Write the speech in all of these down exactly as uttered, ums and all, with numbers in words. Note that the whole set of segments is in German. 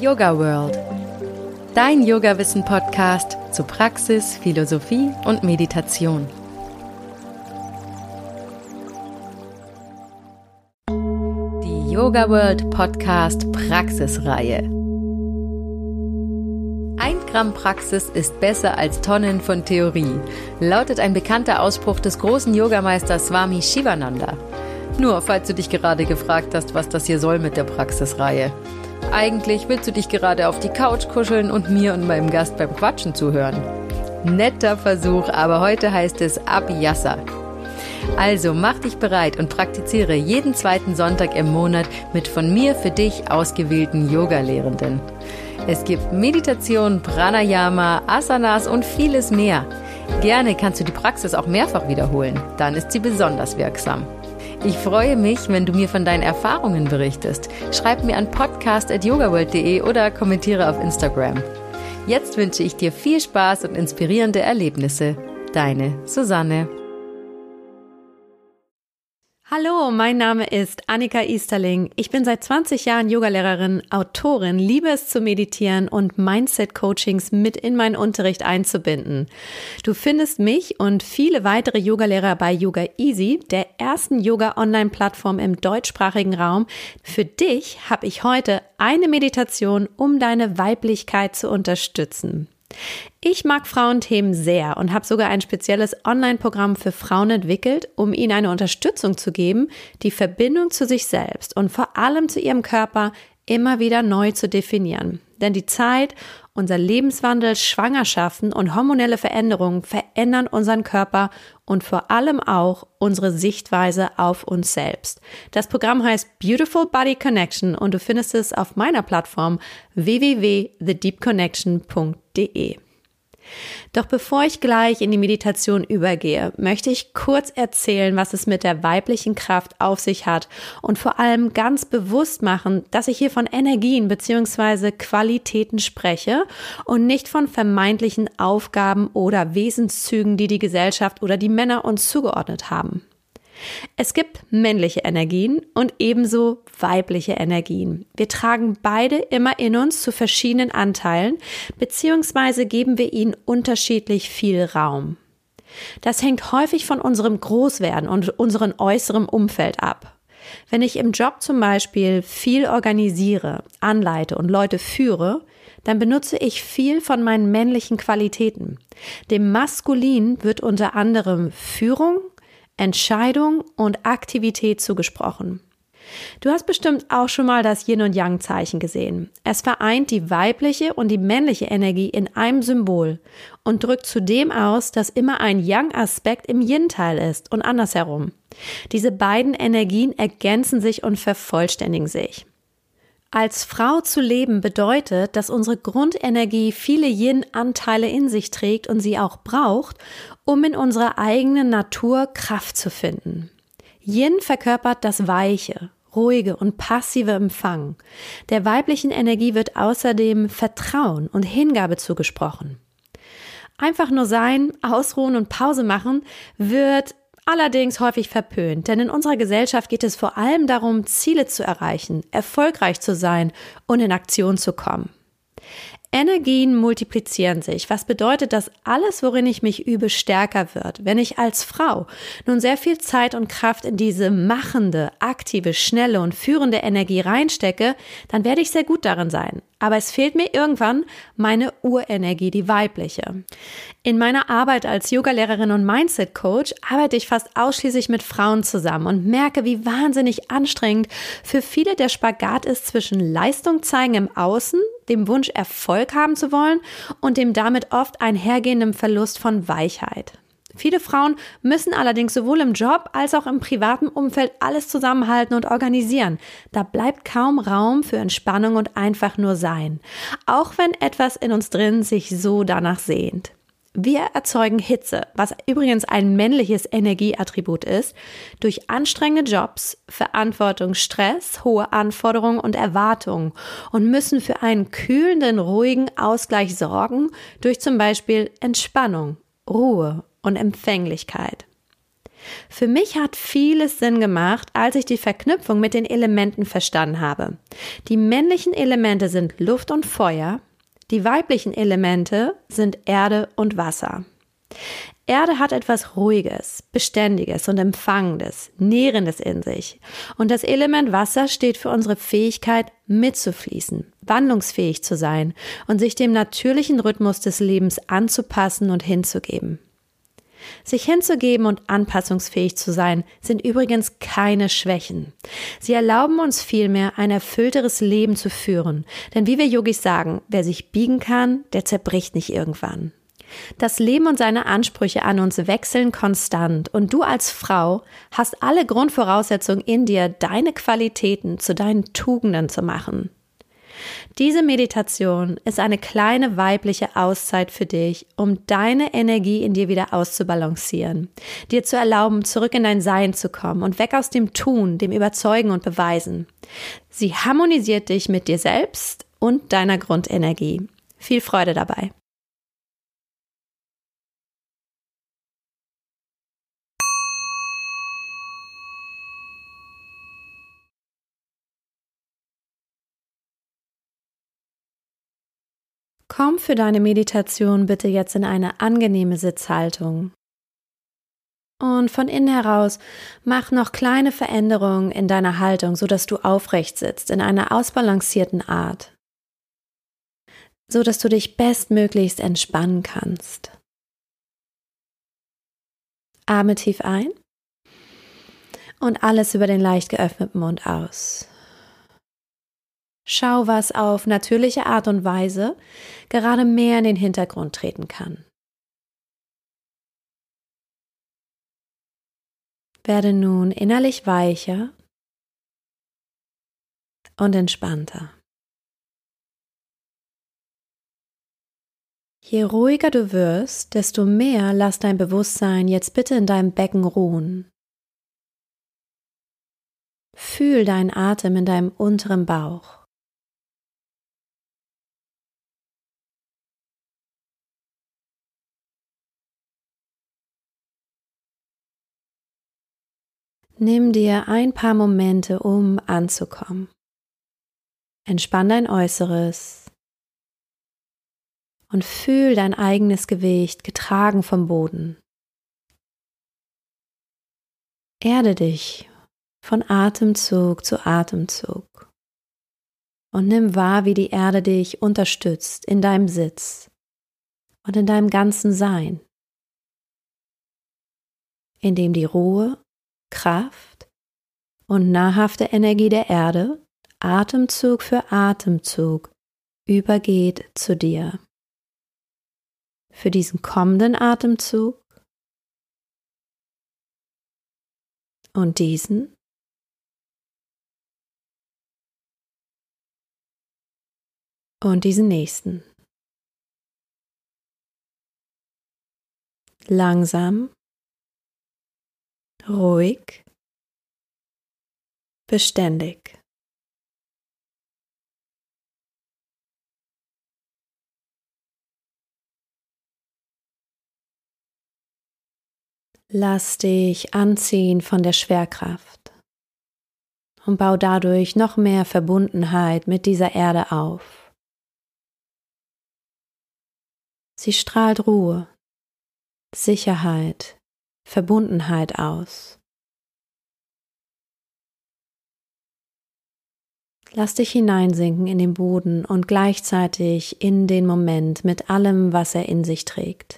Yoga World. Dein Yoga-Wissen-Podcast zu Praxis, Philosophie und Meditation. Die Yoga World Podcast Praxisreihe. Ein Gramm Praxis ist besser als Tonnen von Theorie, lautet ein bekannter Ausspruch des großen Yogameisters Swami Shivananda. Nur, falls du dich gerade gefragt hast, was das hier soll mit der Praxisreihe. Eigentlich willst du dich gerade auf die Couch kuscheln und mir und meinem Gast beim Quatschen zuhören. Netter Versuch, aber heute heißt es Abhyasa. Also mach dich bereit und praktiziere jeden zweiten Sonntag im Monat mit von mir für dich ausgewählten Yoga-Lehrenden. Es gibt Meditation, Pranayama, Asanas und vieles mehr. Gerne kannst du die Praxis auch mehrfach wiederholen, dann ist sie besonders wirksam. Ich freue mich, wenn du mir von deinen Erfahrungen berichtest. Schreib mir an podcast at yogaworld punkt de oder kommentiere auf Instagram. Jetzt wünsche ich dir viel Spaß und inspirierende Erlebnisse. Deine Susanne. Hallo, mein Name ist Annika Easterling. Ich bin seit zwanzig Jahren Yogalehrerin, Autorin, liebe es zu meditieren und Mindset-Coachings mit in meinen Unterricht einzubinden. Du findest mich und viele weitere Yogalehrer bei Yoga Easy, der ersten Yoga-Online-Plattform im deutschsprachigen Raum. Für dich habe ich heute eine Meditation, um deine Weiblichkeit zu unterstützen. Ich mag Frauenthemen sehr und habe sogar ein spezielles Online-Programm für Frauen entwickelt, um ihnen eine Unterstützung zu geben, die Verbindung zu sich selbst und vor allem zu ihrem Körper immer wieder neu zu definieren. Denn die Zeit, unser Lebenswandel, Schwangerschaften und hormonelle Veränderungen verändern unseren Körper und vor allem auch unsere Sichtweise auf uns selbst. Das Programm heißt Beautiful Body Connection und du findest es auf meiner Plattform w w w punkt the deep connection punkt de. Doch bevor ich gleich in die Meditation übergehe, möchte ich kurz erzählen, was es mit der weiblichen Kraft auf sich hat und vor allem ganz bewusst machen, dass ich hier von Energien bzw. Qualitäten spreche und nicht von vermeintlichen Aufgaben oder Wesenszügen, die die Gesellschaft oder die Männer uns zugeordnet haben. Es gibt männliche Energien und ebenso weibliche Energien. Wir tragen beide immer in uns zu verschiedenen Anteilen, beziehungsweise geben wir ihnen unterschiedlich viel Raum. Das hängt häufig von unserem Großwerden und unserem äußeren Umfeld ab. Wenn ich im Job zum Beispiel viel organisiere, anleite und Leute führe, dann benutze ich viel von meinen männlichen Qualitäten. Dem Maskulin wird unter anderem Führung, Entscheidung und Aktivität zugesprochen. Du hast bestimmt auch schon mal das Yin- und Yang-Zeichen gesehen. Es vereint die weibliche und die männliche Energie in einem Symbol und drückt zudem aus, dass immer ein Yang-Aspekt im Yin-Teil ist und andersherum. Diese beiden Energien ergänzen sich und vervollständigen sich. Als Frau zu leben bedeutet, dass unsere Grundenergie viele Yin-Anteile in sich trägt und sie auch braucht, um in unserer eigenen Natur Kraft zu finden. Yin verkörpert das Weiche, ruhige und passive Empfangen. Der weiblichen Energie wird außerdem Vertrauen und Hingabe zugesprochen. Einfach nur sein, ausruhen und Pause machen wird allerdings häufig verpönt, denn in unserer Gesellschaft geht es vor allem darum, Ziele zu erreichen, erfolgreich zu sein und in Aktion zu kommen. Energien multiplizieren sich, was bedeutet, dass alles, worin ich mich übe, stärker wird. Wenn ich als Frau nun sehr viel Zeit und Kraft in diese machende, aktive, schnelle und führende Energie reinstecke, dann werde ich sehr gut darin sein. Aber es fehlt mir irgendwann meine Urenergie, die weibliche. In meiner Arbeit als Yogalehrerin und Mindset-Coach arbeite ich fast ausschließlich mit Frauen zusammen und merke, wie wahnsinnig anstrengend für viele der Spagat ist zwischen Leistung zeigen im Außen, dem Wunsch, Erfolg haben zu wollen und dem damit oft einhergehenden Verlust von Weichheit. Viele Frauen müssen allerdings sowohl im Job als auch im privaten Umfeld alles zusammenhalten und organisieren. Da bleibt kaum Raum für Entspannung und einfach nur sein, auch wenn etwas in uns drin sich so danach sehnt. Wir erzeugen Hitze, was übrigens ein männliches Energieattribut ist, durch anstrengende Jobs, Verantwortung, Stress, hohe Anforderungen und Erwartungen und müssen für einen kühlenden, ruhigen Ausgleich sorgen durch zum Beispiel Entspannung, Ruhe und Empfänglichkeit. Für mich hat vieles Sinn gemacht, als ich die Verknüpfung mit den Elementen verstanden habe. Die männlichen Elemente sind Luft und Feuer, die weiblichen Elemente sind Erde und Wasser. Erde hat etwas Ruhiges, Beständiges und Empfangendes, Nährendes in sich. Und das Element Wasser steht für unsere Fähigkeit, mitzufließen, wandlungsfähig zu sein und sich dem natürlichen Rhythmus des Lebens anzupassen und hinzugeben. Sich hinzugeben und anpassungsfähig zu sein, sind übrigens keine Schwächen. Sie erlauben uns vielmehr, ein erfüllteres Leben zu führen. Denn wie wir Yogis sagen, wer sich biegen kann, der zerbricht nicht irgendwann. Das Leben und seine Ansprüche an uns wechseln konstant und du als Frau hast alle Grundvoraussetzungen in dir, deine Qualitäten zu deinen Tugenden zu machen. Diese Meditation ist eine kleine weibliche Auszeit für dich, um deine Energie in dir wieder auszubalancieren, dir zu erlauben, zurück in dein Sein zu kommen und weg aus dem Tun, dem Überzeugen und Beweisen. Sie harmonisiert dich mit dir selbst und deiner Grundenergie. Viel Freude dabei. Komm für deine Meditation bitte jetzt in eine angenehme Sitzhaltung. Und von innen heraus mach noch kleine Veränderungen in deiner Haltung, sodass du aufrecht sitzt, in einer ausbalancierten Art, sodass du dich bestmöglichst entspannen kannst. Atme tief ein und alles über den leicht geöffneten Mund aus. Schau, was auf natürliche Art und Weise gerade mehr in den Hintergrund treten kann. Werde nun innerlich weicher und entspannter. Je ruhiger du wirst, desto mehr lass dein Bewusstsein jetzt bitte in deinem Becken ruhen. Fühl deinen Atem in deinem unteren Bauch. Nimm dir ein paar Momente, um anzukommen. Entspann dein Äußeres und fühl dein eigenes Gewicht getragen vom Boden. Erde dich von Atemzug zu Atemzug und nimm wahr, wie die Erde dich unterstützt in deinem Sitz und in deinem ganzen Sein, indem die Ruhe, Kraft und nahrhafte Energie der Erde Atemzug für Atemzug übergeht zu dir. Für diesen kommenden Atemzug und diesen und diesen nächsten. Langsam, ruhig, beständig. Lass dich anziehen von der Schwerkraft und bau dadurch noch mehr Verbundenheit mit dieser Erde auf. Sie strahlt Ruhe, Sicherheit, Verbundenheit aus. Lass dich hineinsinken in den Boden und gleichzeitig in den Moment mit allem, was er in sich trägt.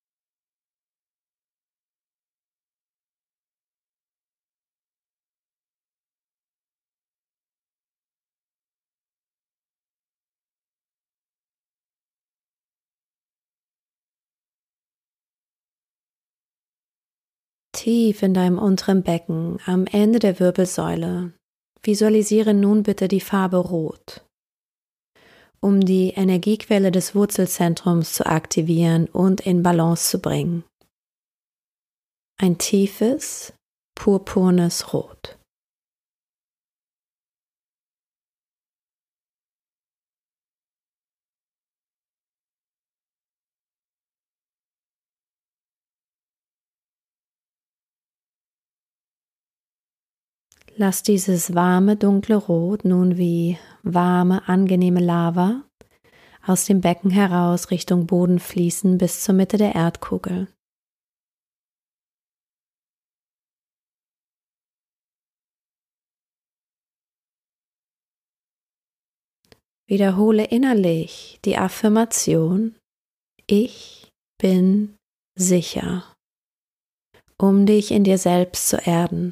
Tief in deinem unteren Becken, am Ende der Wirbelsäule, visualisiere nun bitte die Farbe Rot, um die Energiequelle des Wurzelzentrums zu aktivieren und in Balance zu bringen. Ein tiefes, purpurnes Rot. Lass dieses warme, dunkle Rot nun wie warme, angenehme Lava aus dem Becken heraus Richtung Boden fließen bis zur Mitte der Erdkugel. Wiederhole innerlich die Affirmation: Ich bin sicher, um dich in dir selbst zu erden.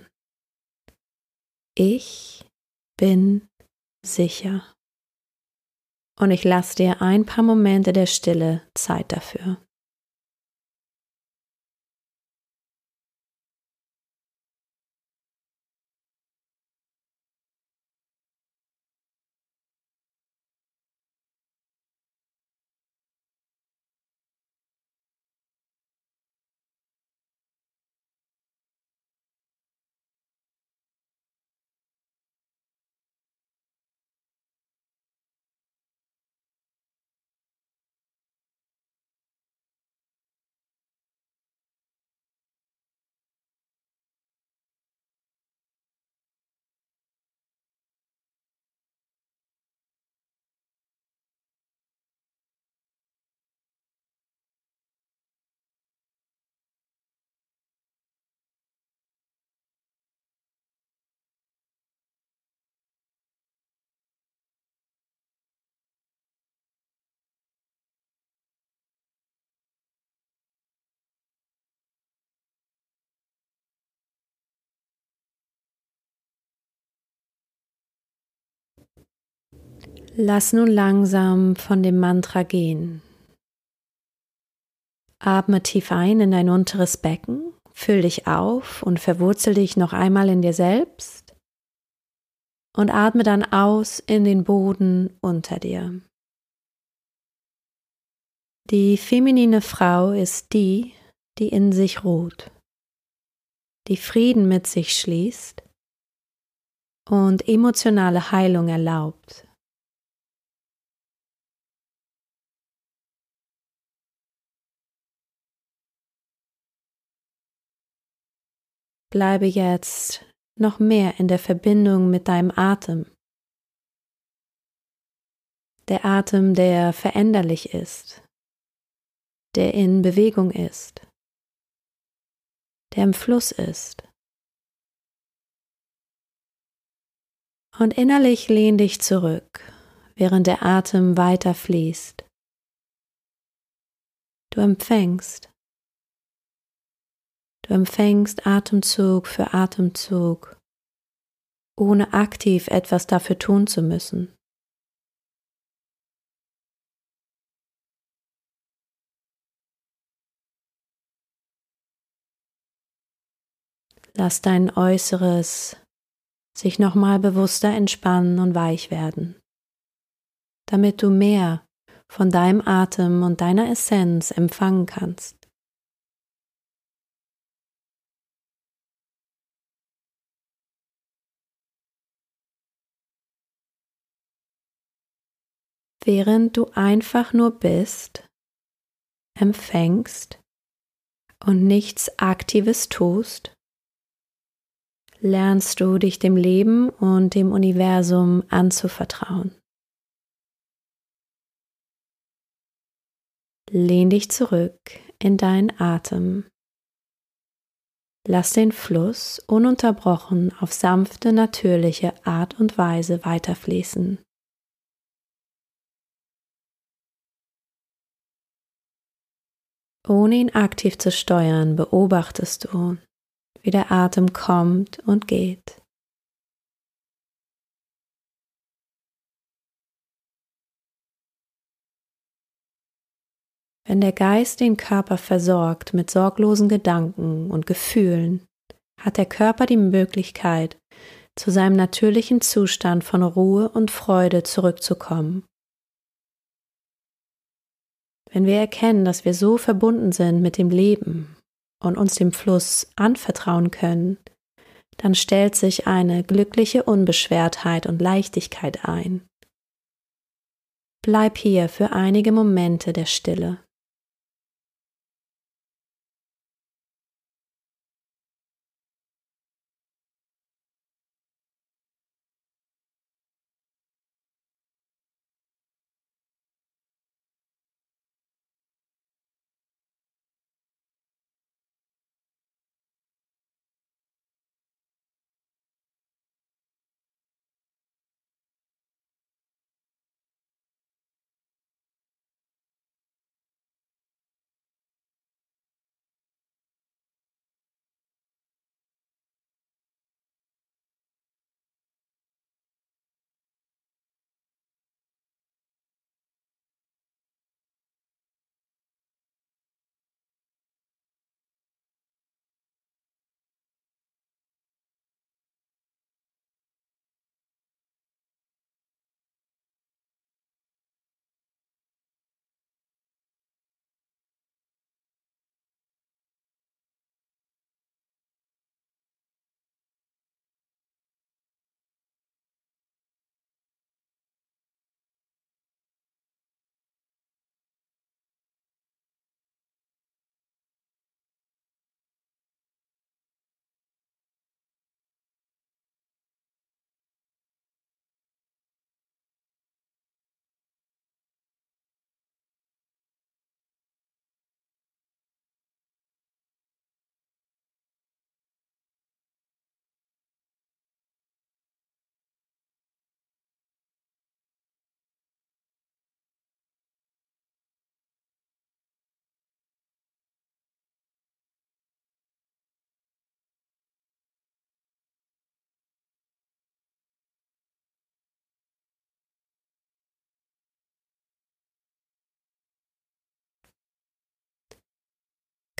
Ich bin sicher. Und ich lasse dir ein paar Momente der Stille Zeit dafür. Lass nun langsam von dem Mantra gehen. Atme tief ein in dein unteres Becken, füll dich auf und verwurzel dich noch einmal in dir selbst und atme dann aus in den Boden unter dir. Die feminine Frau ist die, die in sich ruht, die Frieden mit sich schließt und emotionale Heilung erlaubt. Bleibe jetzt noch mehr in der Verbindung mit deinem Atem. Der Atem, der veränderlich ist, der in Bewegung ist, der im Fluss ist. Und innerlich lehn dich zurück, während der Atem weiter fließt. Du empfängst. Du empfängst Atemzug für Atemzug, ohne aktiv etwas dafür tun zu müssen. Lass dein Äußeres sich nochmal bewusster entspannen und weich werden, damit du mehr von deinem Atem und deiner Essenz empfangen kannst. Während du einfach nur bist, empfängst und nichts Aktives tust, lernst du dich dem Leben und dem Universum anzuvertrauen. Lehn dich zurück in deinen Atem. Lass den Fluss ununterbrochen auf sanfte, natürliche Art und Weise weiterfließen. Ohne ihn aktiv zu steuern, beobachtest du, wie der Atem kommt und geht. Wenn der Geist den Körper versorgt mit sorglosen Gedanken und Gefühlen, hat der Körper die Möglichkeit, zu seinem natürlichen Zustand von Ruhe und Freude zurückzukommen. Wenn wir erkennen, dass wir so verbunden sind mit dem Leben und uns dem Fluss anvertrauen können, dann stellt sich eine glückliche Unbeschwertheit und Leichtigkeit ein. Bleib hier für einige Momente der Stille.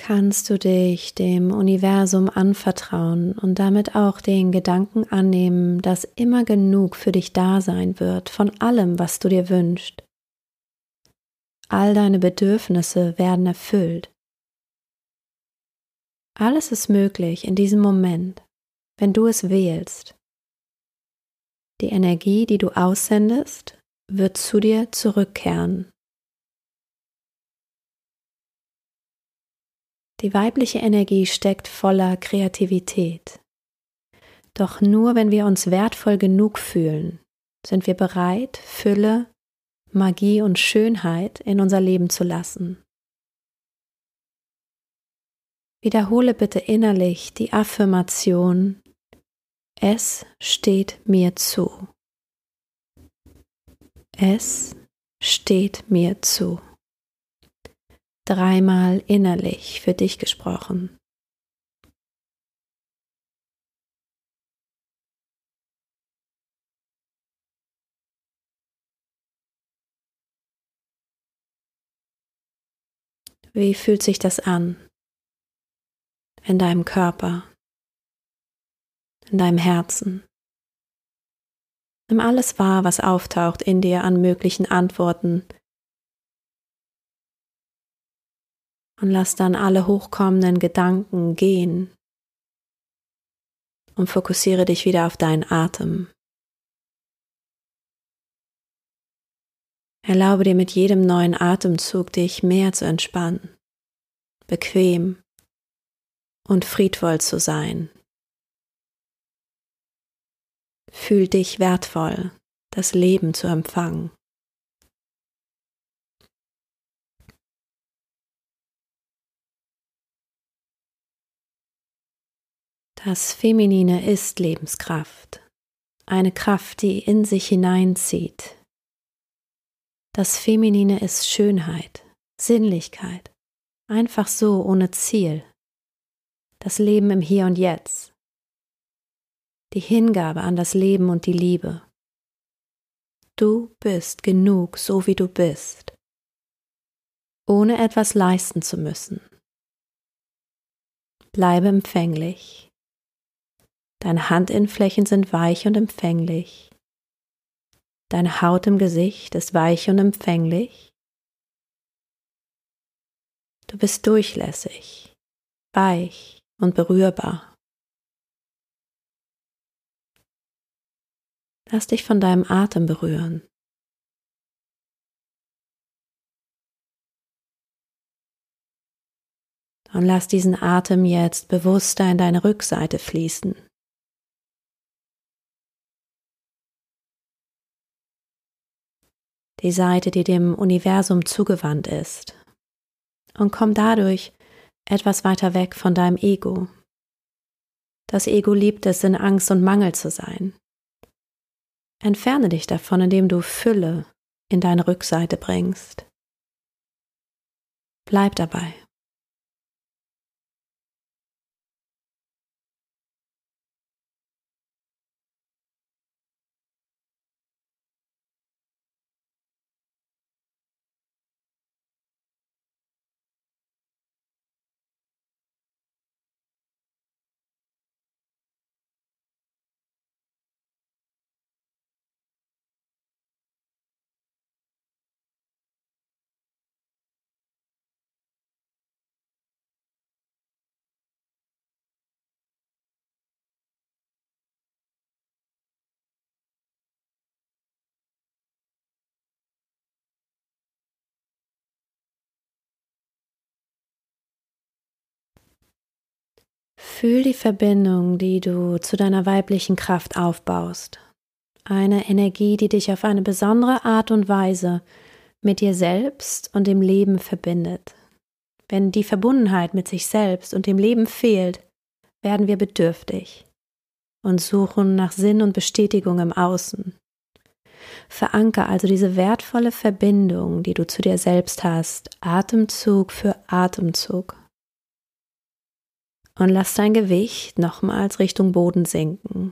kannst du dich dem Universum anvertrauen und damit auch den Gedanken annehmen, dass immer genug für dich da sein wird von allem, was du dir wünschst. All deine Bedürfnisse werden erfüllt. Alles ist möglich in diesem Moment, wenn du es wählst. Die Energie, die du aussendest, wird zu dir zurückkehren. Die weibliche Energie steckt voller Kreativität. Doch nur wenn wir uns wertvoll genug fühlen, sind wir bereit, Fülle, Magie und Schönheit in unser Leben zu lassen. Wiederhole bitte innerlich die Affirmation: Es steht mir zu. Es steht mir zu. Dreimal innerlich für dich gesprochen. Wie fühlt sich das an? In deinem Körper, in deinem Herzen. Nimm alles wahr, was auftaucht in dir an möglichen Antworten. Und lass dann alle hochkommenden Gedanken gehen und fokussiere dich wieder auf deinen Atem. Erlaube dir mit jedem neuen Atemzug, dich mehr zu entspannen, bequem und friedvoll zu sein. Fühl dich wertvoll, das Leben zu empfangen. Das Feminine ist Lebenskraft, eine Kraft, die in sich hineinzieht. Das Feminine ist Schönheit, Sinnlichkeit, einfach so ohne Ziel. Das Leben im Hier und Jetzt. Die Hingabe an das Leben und die Liebe. Du bist genug, so wie du bist, ohne etwas leisten zu müssen. Bleibe empfänglich. Deine Handinnenflächen sind weich und empfänglich. Deine Haut im Gesicht ist weich und empfänglich. Du bist durchlässig, weich und berührbar. Lass dich von deinem Atem berühren. Und lass diesen Atem jetzt bewusster in deine Rückseite fließen. Die Seite, die dem Universum zugewandt ist. Und komm dadurch etwas weiter weg von deinem Ego. Das Ego liebt es, in Angst und Mangel zu sein. Entferne dich davon, indem du Fülle in deine Rückseite bringst. Bleib dabei. Fühl die Verbindung, die du zu deiner weiblichen Kraft aufbaust. Eine Energie, die dich auf eine besondere Art und Weise mit dir selbst und dem Leben verbindet. Wenn die Verbundenheit mit sich selbst und dem Leben fehlt, werden wir bedürftig und suchen nach Sinn und Bestätigung im Außen. Verankere also diese wertvolle Verbindung, die du zu dir selbst hast, Atemzug für Atemzug. Und lass dein Gewicht nochmals Richtung Boden sinken.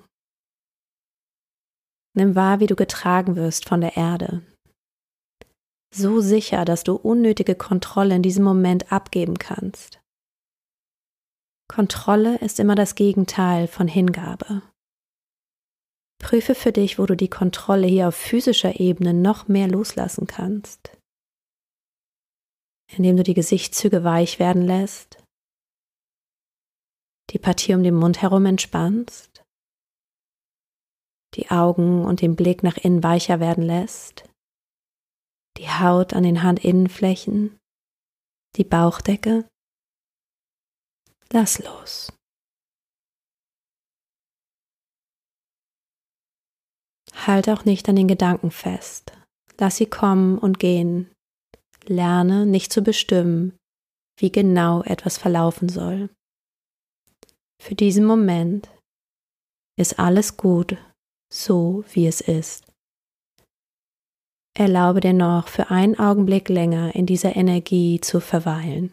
Nimm wahr, wie du getragen wirst von der Erde. So sicher, dass du unnötige Kontrolle in diesem Moment abgeben kannst. Kontrolle ist immer das Gegenteil von Hingabe. Prüfe für dich, wo du die Kontrolle hier auf physischer Ebene noch mehr loslassen kannst. Indem du die Gesichtszüge weich werden lässt, die Partie um den Mund herum entspannst, die Augen und den Blick nach innen weicher werden lässt, die Haut an den Handinnenflächen, die Bauchdecke. Lass los. Halt auch nicht an den Gedanken fest. Lass sie kommen und gehen. Lerne nicht zu bestimmen, wie genau etwas verlaufen soll. Für diesen Moment ist alles gut, so wie es ist. Erlaube dir noch für einen Augenblick länger in dieser Energie zu verweilen.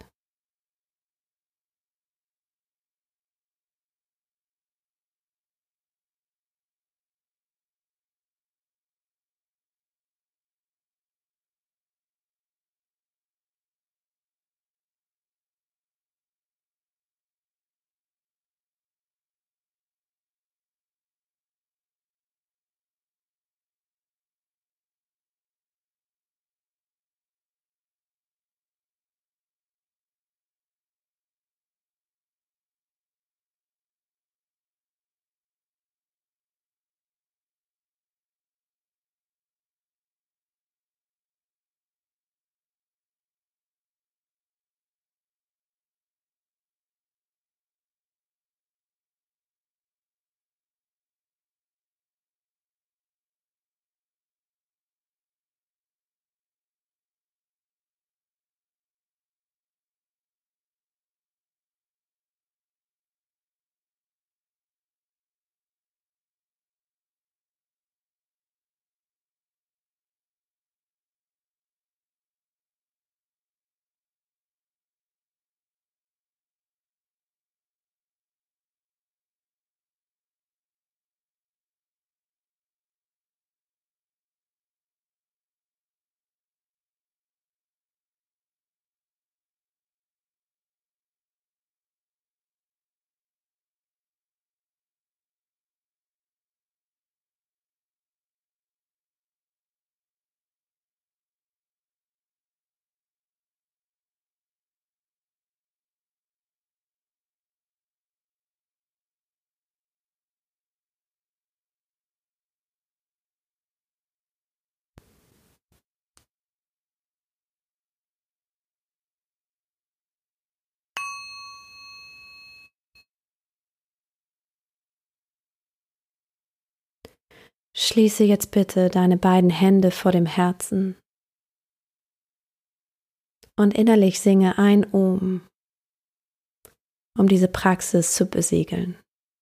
Schließe jetzt bitte deine beiden Hände vor dem Herzen und innerlich singe ein Om, um diese Praxis zu besiegeln.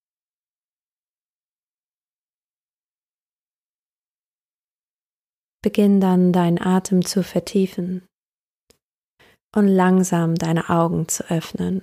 Beginn dann deinen Atem zu vertiefen und langsam deine Augen zu öffnen.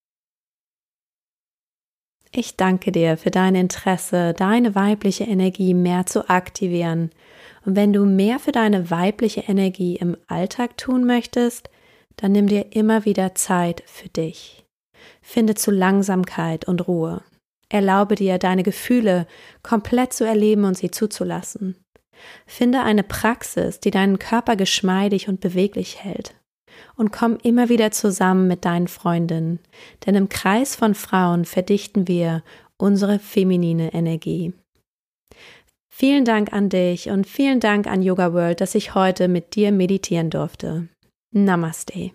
Ich danke dir für dein Interesse, deine weibliche Energie mehr zu aktivieren. Und wenn du mehr für deine weibliche Energie im Alltag tun möchtest, dann nimm dir immer wieder Zeit für dich. Finde zu Langsamkeit und Ruhe. Erlaube dir, deine Gefühle komplett zu erleben und sie zuzulassen. Finde eine Praxis, die deinen Körper geschmeidig und beweglich hält. Und komm immer wieder zusammen mit deinen Freundinnen, denn im Kreis von Frauen verdichten wir unsere feminine Energie. Vielen Dank an dich und vielen Dank an Yoga World, dass ich heute mit dir meditieren durfte. Namaste.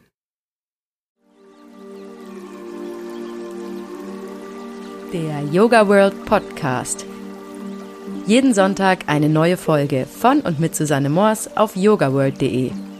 Der Yoga World Podcast. Jeden Sonntag eine neue Folge von und mit Susanne Moors auf yoga world punkt de.